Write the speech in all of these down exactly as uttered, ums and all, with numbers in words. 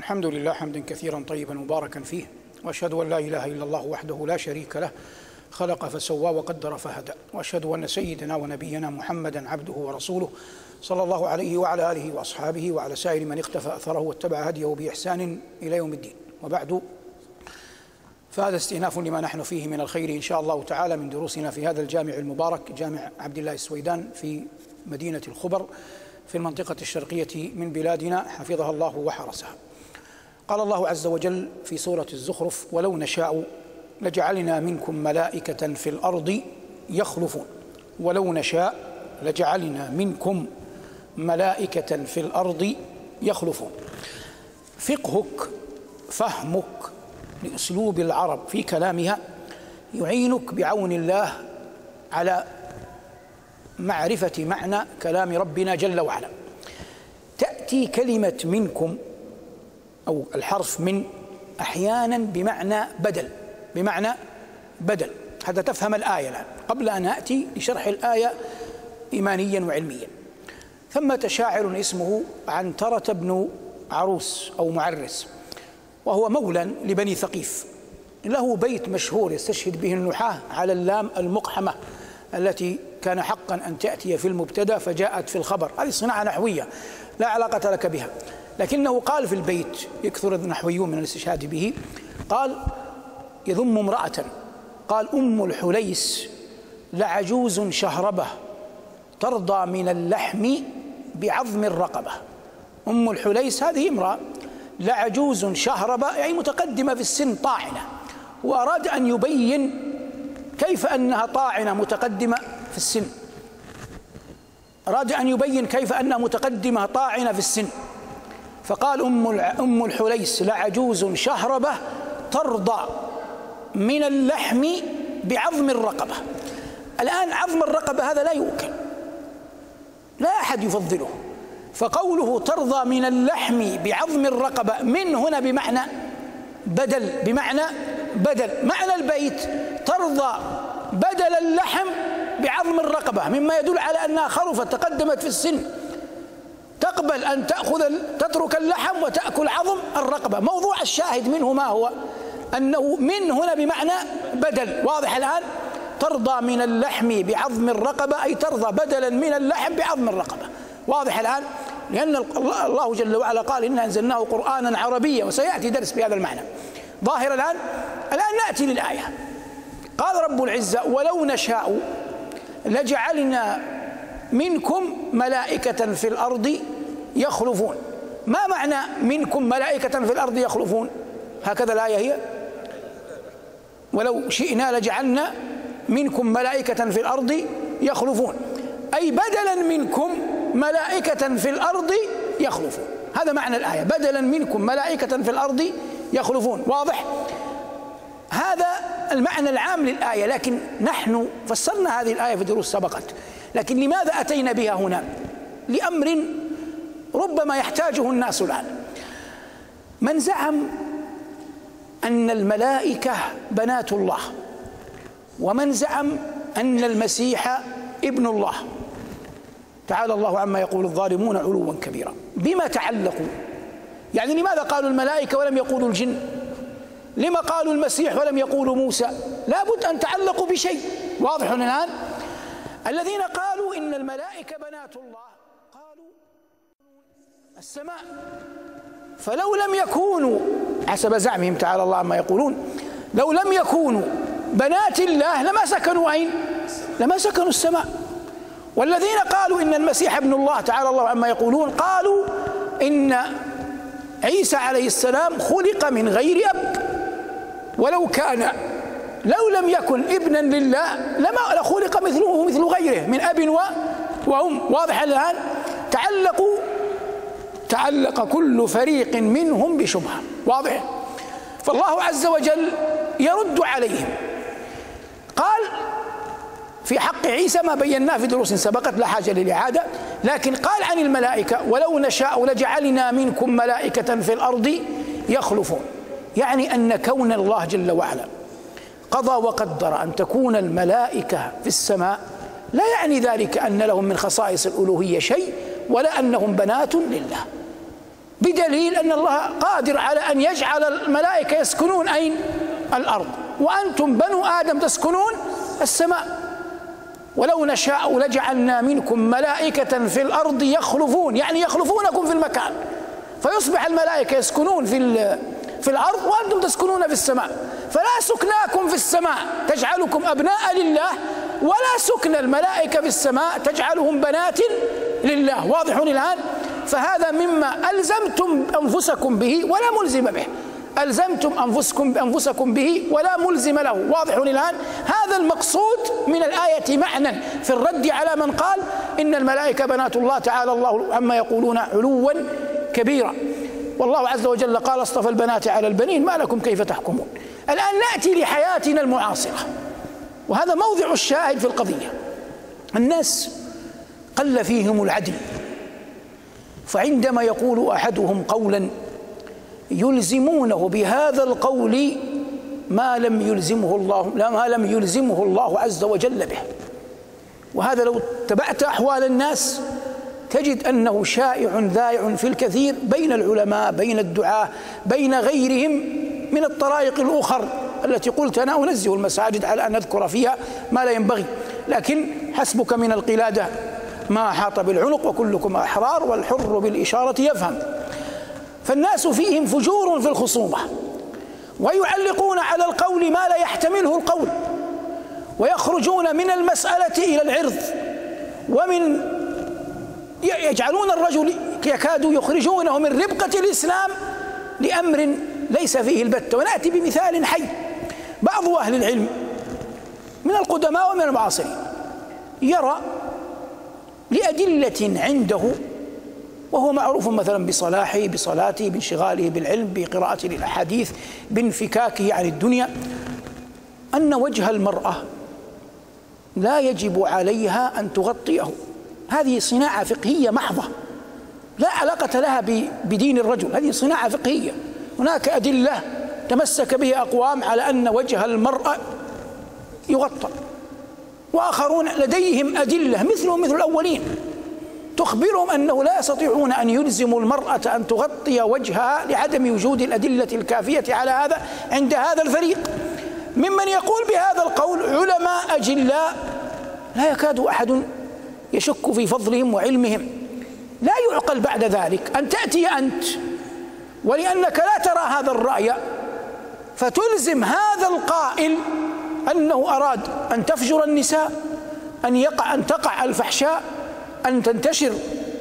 الحمد لله حمدا كثيرا طيبا مباركا فيه، وأشهد أن لا إله إلا الله وحده لا شريك له خلق فسوى وقدر فهدى، وأشهد أن سيدنا ونبينا محمدا عبده ورسوله صلى الله عليه وعلى آله وأصحابه وعلى سائر من اقتفى أثره واتبع هديه بإحسان إلى يوم الدين. وبعد، فهذا استئناف لما نحن فيه من الخير إن شاء الله تعالى من دروسنا في هذا الجامع المبارك، جامع عبد الله السويدان في مدينة الخبر في المنطقة الشرقية من بلادنا، حفظها الله وحرسها. قال الله عز وجل في سورة الزخرف: ولو نشاء لجعلنا منكم ملائكة في الأرض يخلفون. ولو نشاء لجعلنا منكم ملائكة في الأرض يخلفون. فقهك، فهمك لأسلوب العرب في كلامها يعينك بعون الله على معرفة معنى كلام ربنا جل وعلا. تأتي كلمة منكم أو الحرف من أحيانا بمعنى بدل، بمعنى بدل حتى تفهم الآية الآن قبل أن أتي لشرح الآية إيمانيا وعلميا. ثمة شاعر اسمه عنترة بن عروس أو معرس، وهو مولى لبني ثقيف، له بيت مشهور يستشهد به النحاة على اللام المقحمة التي كان حقا أن تأتي في المبتدأ فجاءت في الخبر. هذه صناعة نحوية لا علاقة لك بها، لكنه قال في البيت، يكثر النحويون من الاستشهاد به، قال يذم امرأة، قال: أم الحليس لعجوز شهربة ترضى من اللحم بعظم الرقبة. أم الحليس هذه امرأة لعجوز شهربة، يعني متقدمة في السن، طاعنة، وأراد أن يبين كيف أنها طاعنة متقدمة في السن، أراد أن يبين كيف أنها متقدمة طاعنة في السن، فقال: أم أم الحليس لعجوز شهربة ترضى من اللحم بعظم الرقبة. الآن عظم الرقبة هذا لا يؤكل، لا أحد يفضله، فقوله ترضى من اللحم بعظم الرقبة من هنا بمعنى بدل، بمعنى بدل. معنى البيت ترضى بدل اللحم بعظم الرقبة، مما يدل على أنها خرفت تقدمت في السن، تقبل أن تأخذ تترك اللحم وتأكل عظم الرقبة. موضوع الشاهد منه ما هو؟ أنه من هنا بمعنى بدل. واضح الآن؟ ترضى من اللحم بعظم الرقبة أي ترضى بدلا من اللحم بعظم الرقبة. واضح الآن؟ لأن الله جل وعلا قال: إنا أنزلناه قرآنا عربيا، وسيأتي درس بهذا المعنى. ظاهر الآن؟ الآن نأتي للآية. قال رب العزة: ولو نشاء لجعلنا منكم ملائكة في الأرض يخلفون. ما معنى منكم ملائكة في الأرض يخلفون؟ هكذا الآية هي: ولو شئنا لجعلنا منكم ملائكة في الأرض يخلفون، أي بدلا منكم ملائكة في الأرض يخلفون. هذا معنى الآية، بدلا منكم ملائكة في الأرض يخلفون. واضح؟ هذا المعنى العام للآية، لكن نحن فسرنا هذه الآية في دروس سبقت، لكن لماذا أتينا بها هنا؟ لأمر ربما يحتاجه الناس الآن. من زعم أن الملائكة بنات الله، ومن زعم أن المسيح ابن الله، تعالى الله عما يقول الظالمون علوا كبيرا. بما تعلقوا؟ يعني لماذا قالوا الملائكة ولم يقولوا الجن؟ لما قالوا المسيح ولم يقولوا موسى؟ لابد أن تعلقوا بشيء. واضح الآن؟ الذين قالوا إن الملائكة بنات الله قالوا السماء، فلو لم يكونوا حسب زعمهم تعالى الله عما يقولون، لو لم يكونوا بنات الله لما سكنوا أين؟ لما سكنوا السماء. والذين قالوا إن المسيح ابن الله تعالى الله عما يقولون قالوا إن عيسى عليه السلام خلق من غير أب، ولو كان لو لم يكن ابنا لله لما لخلق مثله مثل غيره من أب وأم. واضح الآن؟ تعلقوا تعلق كل فريق منهم بشبهة. واضح؟ فالله عز وجل يرد عليهم. قال في حق عيسى ما بيناه في دروس سبقت، لا حاجة للإعادة، لكن قال عن الملائكة: ولو نشاء لجعلنا منكم ملائكة في الأرض يخلفون. يعني أن كون الله جل وعلا قضى وقدر أن تكون الملائكة في السماء لا يعني ذلك أن لهم من خصائص الألوهية شيء، ولا أنهم بنات لله. بدليل أن الله قادر على أن يجعل الملائكة يسكنون أين؟ الأرض، وأنتم بنو آدم تسكنون السماء. ولو نشاء لجعلنا منكم ملائكة في الأرض يخلفون، يعني يخلفونكم في المكان، فيصبح الملائكة يسكنون في في الأرض وأنتم تسكنون في السماء. فلا سكناكم في السماء تجعلكم أبناء لله، ولا سكن الملائكة في السماء تجعلهم بنات لله. واضح الآن؟ فهذا مما ألزمتم أنفسكم به ولا ملزم به، ألزمتم أنفسكم أنفسكم به ولا ملزم له. واضح الآن؟ هذا المقصود من الآية معنى في الرد على من قال إن الملائكة بنات الله، تعالى الله عما يقولون علوا كبيرا. والله عز وجل قال اصطفى البنات على البنين ما لكم كيف تحكمون. الآن نأتي لحياتنا المعاصرة، وهذا موضع الشاهد في القضية. الناس قل فيهم العدل، فعندما يقول أحدهم قولا يلزمونه بهذا القول ما لم يلزمه الله ما لم يلزمه الله عز وجل به. وهذا لو تبعت أحوال الناس تجد أنه شائع ذائع في الكثير بين العلماء، بين الدعاة، بين غيرهم من الطرائق الأخر التي قلت أنا أنزه المساجد على أن أذكر فيها ما لا ينبغي، لكن حسبك من القلادة ما أحاط بالعنق وكلكم أحرار والحر بالإشارة يفهم. فالناس فيهم فجور في الخصومة، ويعلقون على القول ما لا يحتمله القول، ويخرجون من المسألة إلى العرض، ومن يجعلون الرجل يكادوا يخرجونه من ربقة الإسلام لأمر ليس فيه البتة. ونأتي بمثال حي. بعض أهل العلم من القدماء ومن المعاصرين يرى لأدلة عنده، وهو معروف مثلا بصلاحه بصلاته بانشغاله بالعلم بقراءته للأحاديث بانفكاكه عن الدنيا، أن وجه المرأة لا يجب عليها أن تغطيه. هذه صناعة فقهية محضة لا علاقة لها بدين الرجل، هذه صناعة فقهية. هناك أدلة تمسك بها أقوام على أن وجه المرأة يغطى، وآخرون لديهم أدلة مثلهم مثل الأولين تخبرهم أنه لا يستطيعون أن يلزموا المرأة أن تغطي وجهها لعدم وجود الأدلة الكافية على هذا عند هذا الفريق. ممن يقول بهذا القول علماء أجلاء لا يكاد أحد يشك في فضلهم وعلمهم. لا يعقل بعد ذلك أن تأتي أنت ولأنك لا ترى هذا الرأي فتلزم هذا القائل أنه أراد أن تفجر النساء، أن يقع أن تقع الفحشاء، أن تنتشر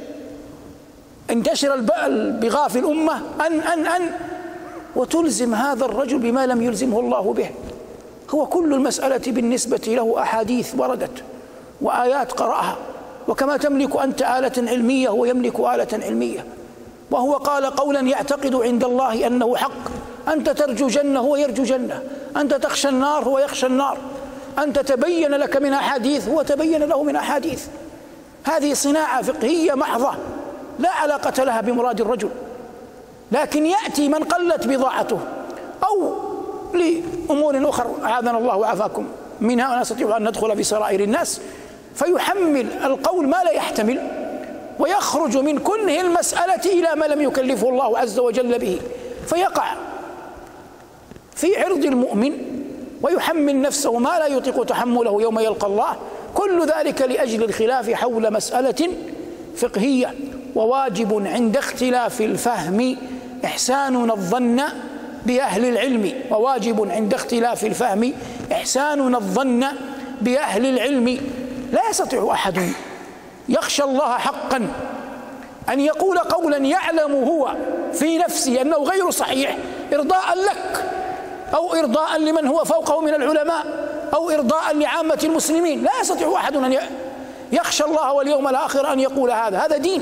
انتشر البغاء في الأمة، أن أن أن وتلزم هذا الرجل بما لم يلزمه الله به. هو كل المسألة بالنسبة له أحاديث وردت وآيات قرأها، وكما تملك أنت آلة علمية هو يملك آلة علمية، وهو قال قولا يعتقد عند الله أنه حق. أنت ترجو جنة هو يرجو جنة، أنت تخشى النار هو يخشى النار، أنت تبين لك من أحاديث هو تبين له من أحاديث. هذه صناعة فقهية محضة لا علاقة لها بمراد الرجل. لكن يأتي من قلت بضاعته أو لأمور أخرى أعاذنا الله وعافاكم منها ولا نستطيع أن ندخل في سرائر الناس، فيحمل القول ما لا يحتمل ويخرج من كنه المسألة إلى ما لم يكلفه الله عز وجل به، فيقع في عرض المؤمن ويحمل نفسه ما لا يطيق تحمله يوم يلقى الله. كل ذلك لأجل الخلاف حول مسألة فقهية. وواجب عند اختلاف الفهم إحساننا الظن بأهل العلم وواجب عند اختلاف الفهم إحساننا الظن بأهل العلم. لا يستطيع أحد يخشى الله حقا أن يقول قولا يعلم هو في نفسه أنه غير صحيح إرضاء لك أو إرضاء لمن هو فوقه من العلماء أو إرضاء لعامة المسلمين. لا يستطيع أحد أن يخشى الله واليوم الآخر أن يقول هذا هذا دين.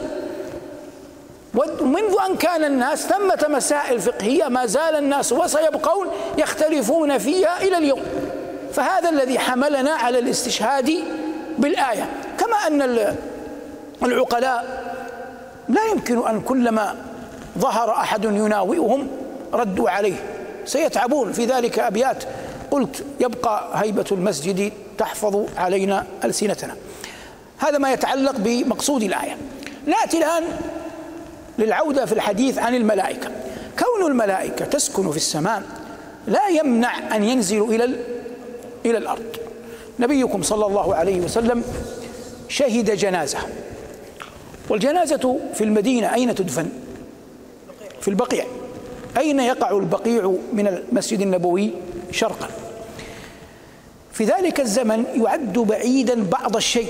ومنذ أن كان الناس ثمة مسائل فقهية ما زال الناس وسيبقون يختلفون فيها إلى اليوم. فهذا الذي حملنا على الاستشهاد بالآية. كما أن العقلاء لا يمكن أن كلما ظهر أحد يناوئهم ردوا عليه، سيتعبون في ذلك أبيات قلت يبقى هيبة المسجد تحفظ علينا ألسنتنا. هذا ما يتعلق بمقصود الآية. نأتي الآن للعودة في الحديث عن الملائكة. كون الملائكة تسكن في السماء لا يمنع أن ينزلوا إلى إلى الأرض. نبيكم صلى الله عليه وسلم شهد جنازة، والجنازة في المدينة أين تدفن؟ في البقيع. أين يقع البقيع من المسجد النبوي؟ شرقا. في ذلك الزمن يعد بعيدا بعض الشيء،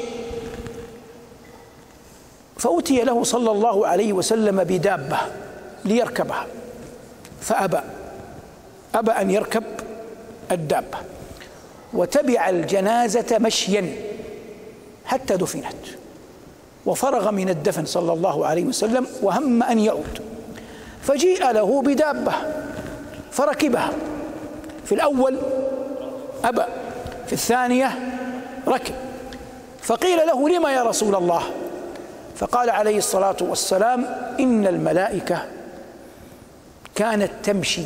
فأتي له صلى الله عليه وسلم بدابة ليركبها فأبى أبى أن يركب الدابة، وتبع الجنازة مشيا حتى دفنت، وفرغ من الدفن صلى الله عليه وسلم وهم أن يعود، فجيء له بدابة فركبها. في الأول أبى، في الثانية ركب، فقيل له: لما يا رسول الله؟ فقال عليه الصلاة والسلام: إن الملائكة كانت تمشي،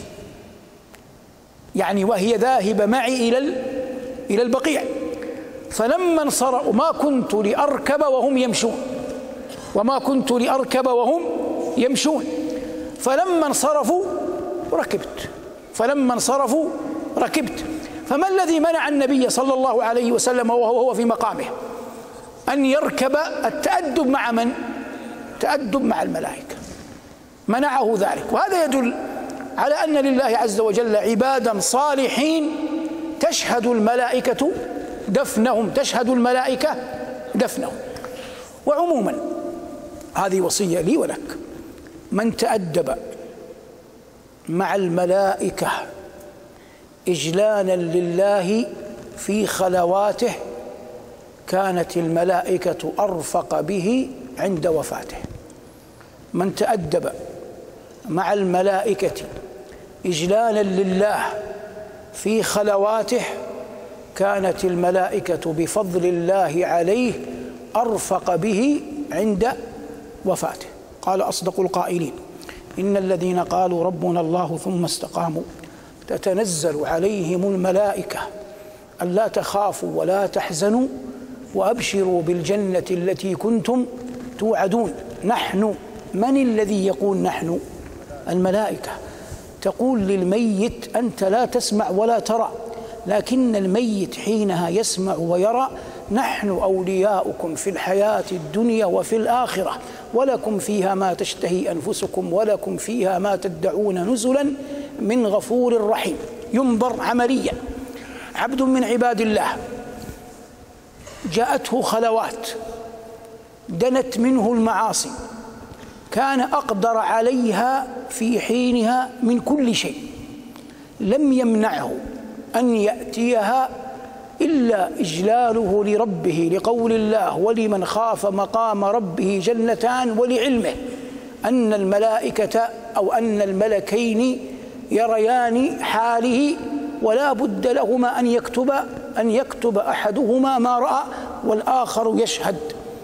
يعني وهي ذاهبة معي إلى إلى البقيع، فلما انصرفوا ما كنت لأركب وهم يمشون وما كنت لأركب وهم يمشون فلما انصرفوا ركبت فلما انصرفوا ركبت فما الذي منع النبي صلى الله عليه وسلم وهو في مقامه أن يركب التأدب مع من؟ تأدب مع الملائكة، منعه ذلك. وهذا يدل على أن لله عز وجل عبادا صالحين تشهد الملائكة دفنهم تشهد الملائكة دفنهم. وعموما هذه وصية لي ولك: من تأدب مع الملائكة إجلالا لله في خلواته كانت الملائكة أرفق به عند وفاته. من تأدب مع الملائكة إجلالا لله في خلواته كانت الملائكة بفضل الله عليه أرفق به عند وفاته. قال أصدق القائلين: إن الذين قالوا ربنا الله ثم استقاموا تتنزل عليهم الملائكة ألا تخافوا ولا تحزنوا وأبشروا بالجنة التي كنتم توعدون. نحن، من الذي يقول نحن؟ الملائكة. تقول للميت: أنت لا تسمع ولا ترى، لكن الميت حينها يسمع ويرى. نحن أولياؤكم في الحياة الدنيا وفي الآخرة، ولكم فيها ما تشتهي أنفسكم ولكم فيها ما تدعون نزلا من غفور رحيم. ينظر عمليا: عبد من عباد الله جاءته خلوات دنت منه المعاصي، كان أقدر عليها في حينها من كل شيء، لم يمنعه أن يأتيها إلا إجلاله لربه، لقول الله: ولمن خاف مقام ربه جنتان، ولعلمه أن الملائكة أو أن الملكين يريان حاله ولا بد لهما أن يكتب أن يكتب أحدهما ما رأى والآخر يشهد.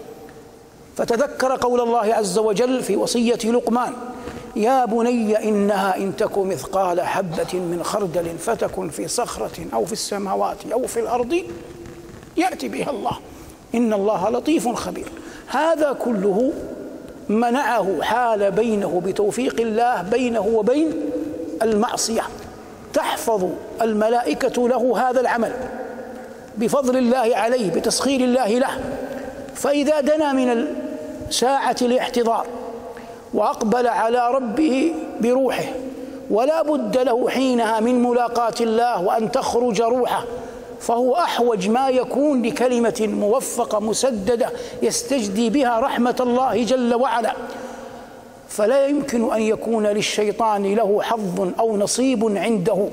فتذكر قول الله عز وجل في وصية لقمان: يا بني إنها إن تك مثقال حبة من خردل فتكن في صخرة أو في السماوات أو في الأرض يأتي بها الله إن الله لطيف خبير. هذا كله منعه، حال بينه بتوفيق الله بينه وبين المعصية. تحفظ الملائكة له هذا العمل بفضل الله عليه، بتسخير الله له. فإذا دنا من ساعة الاحتضار وأقبل على ربه بروحه ولا بد له حينها من ملاقاة الله وأن تخرج روحه، فهو أحوج ما يكون لكلمة موفقة مسددة يستجدي بها رحمة الله جل وعلا. فلا يمكن أن يكون للشيطان له حظ أو نصيب عنده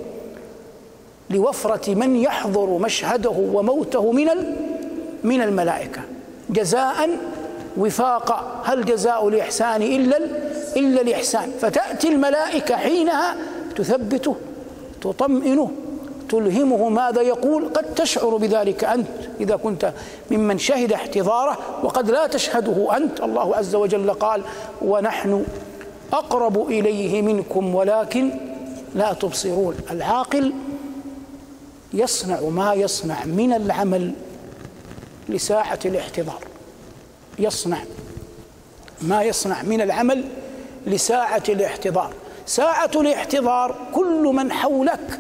لوفرة من يحضر مشهده وموته من من الملائكة جزاء وفاقا. هل جزاء الإحسان إلا إلا الإحسان؟ فتأتي الملائكة حينها تثبته، تطمئنه، تلهمه ماذا يقول. قد تشعر بذلك أنت إذا كنت ممن شهد احتضاره، وقد لا تشهده أنت. الله عز وجل قال: ونحن أقرب إليه منكم ولكن لا تبصرون. العاقل يصنع ما يصنع من العمل لساعة الاحتضار، يصنع ما يصنع من العمل لساعة الاحتضار. ساعة الاحتضار كل من حولك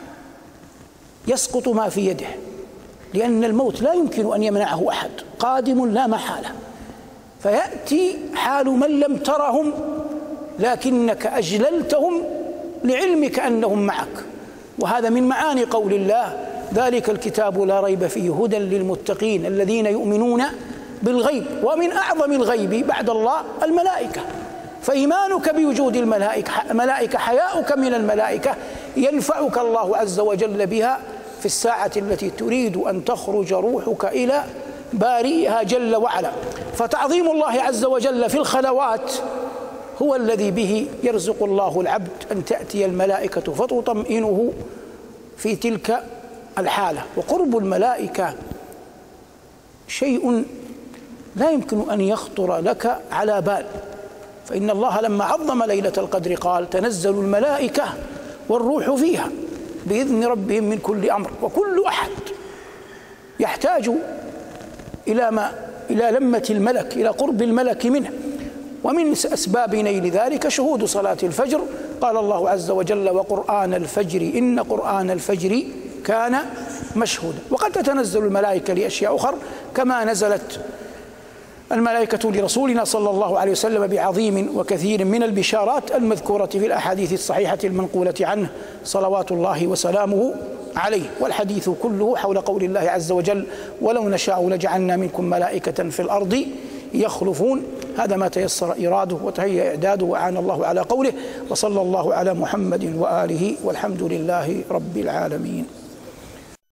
يسقط ما في يده، لأن الموت لا يمكن أن يمنعه أحد، قادم لا محالة. فيأتي حال من لم ترهم لكنك أجللتهم لعلمك أنهم معك. وهذا من معاني قول الله: ذلك الكتاب لا ريب فيه هدى للمتقين الذين يؤمنون بالغيب. ومن أعظم الغيب بعد الله الملائكة، فإيمانك بوجود الملائكة ملائكة حياؤك من الملائكة ينفعك الله عز وجل بها في الساعة التي تريد أن تخرج روحك إلى بارئها جل وعلا. فتعظيم الله عز وجل في الخلوات هو الذي به يرزق الله العبد أن تأتي الملائكة فتطمئنه في تلك الحالة. وقرب الملائكة شيء لا يمكن أن يخطر لك على بال، فإن الله لما عظم ليلة القدر قال: تنزل الملائكة والروح فيها بإذن ربهم من كل أمر. وكل أحد يحتاج إلى ما إلى لمة الملك، إلى قرب الملك منه. ومن أسباب نيل ذلك شهود صلاة الفجر. قال الله عز وجل: وقرآن الفجر إن قرآن الفجر كان مشهودا. وقد تتنزل الملائكة لأشياء أخرى، كما نزلت الملائكة لرسولنا صلى الله عليه وسلم بعظيم وكثير من البشارات المذكورة في الأحاديث الصحيحة المنقولة عنه صلوات الله وسلامه عليه. والحديث كله حول قول الله عز وجل: ولو نشاء لجعلنا منكم ملائكة في الأرض يخلفون. هذا ما تيسر إراده وتهيأ إعداده وأعان الله على قوله. وصلى الله على محمد وآله، والحمد لله رب العالمين.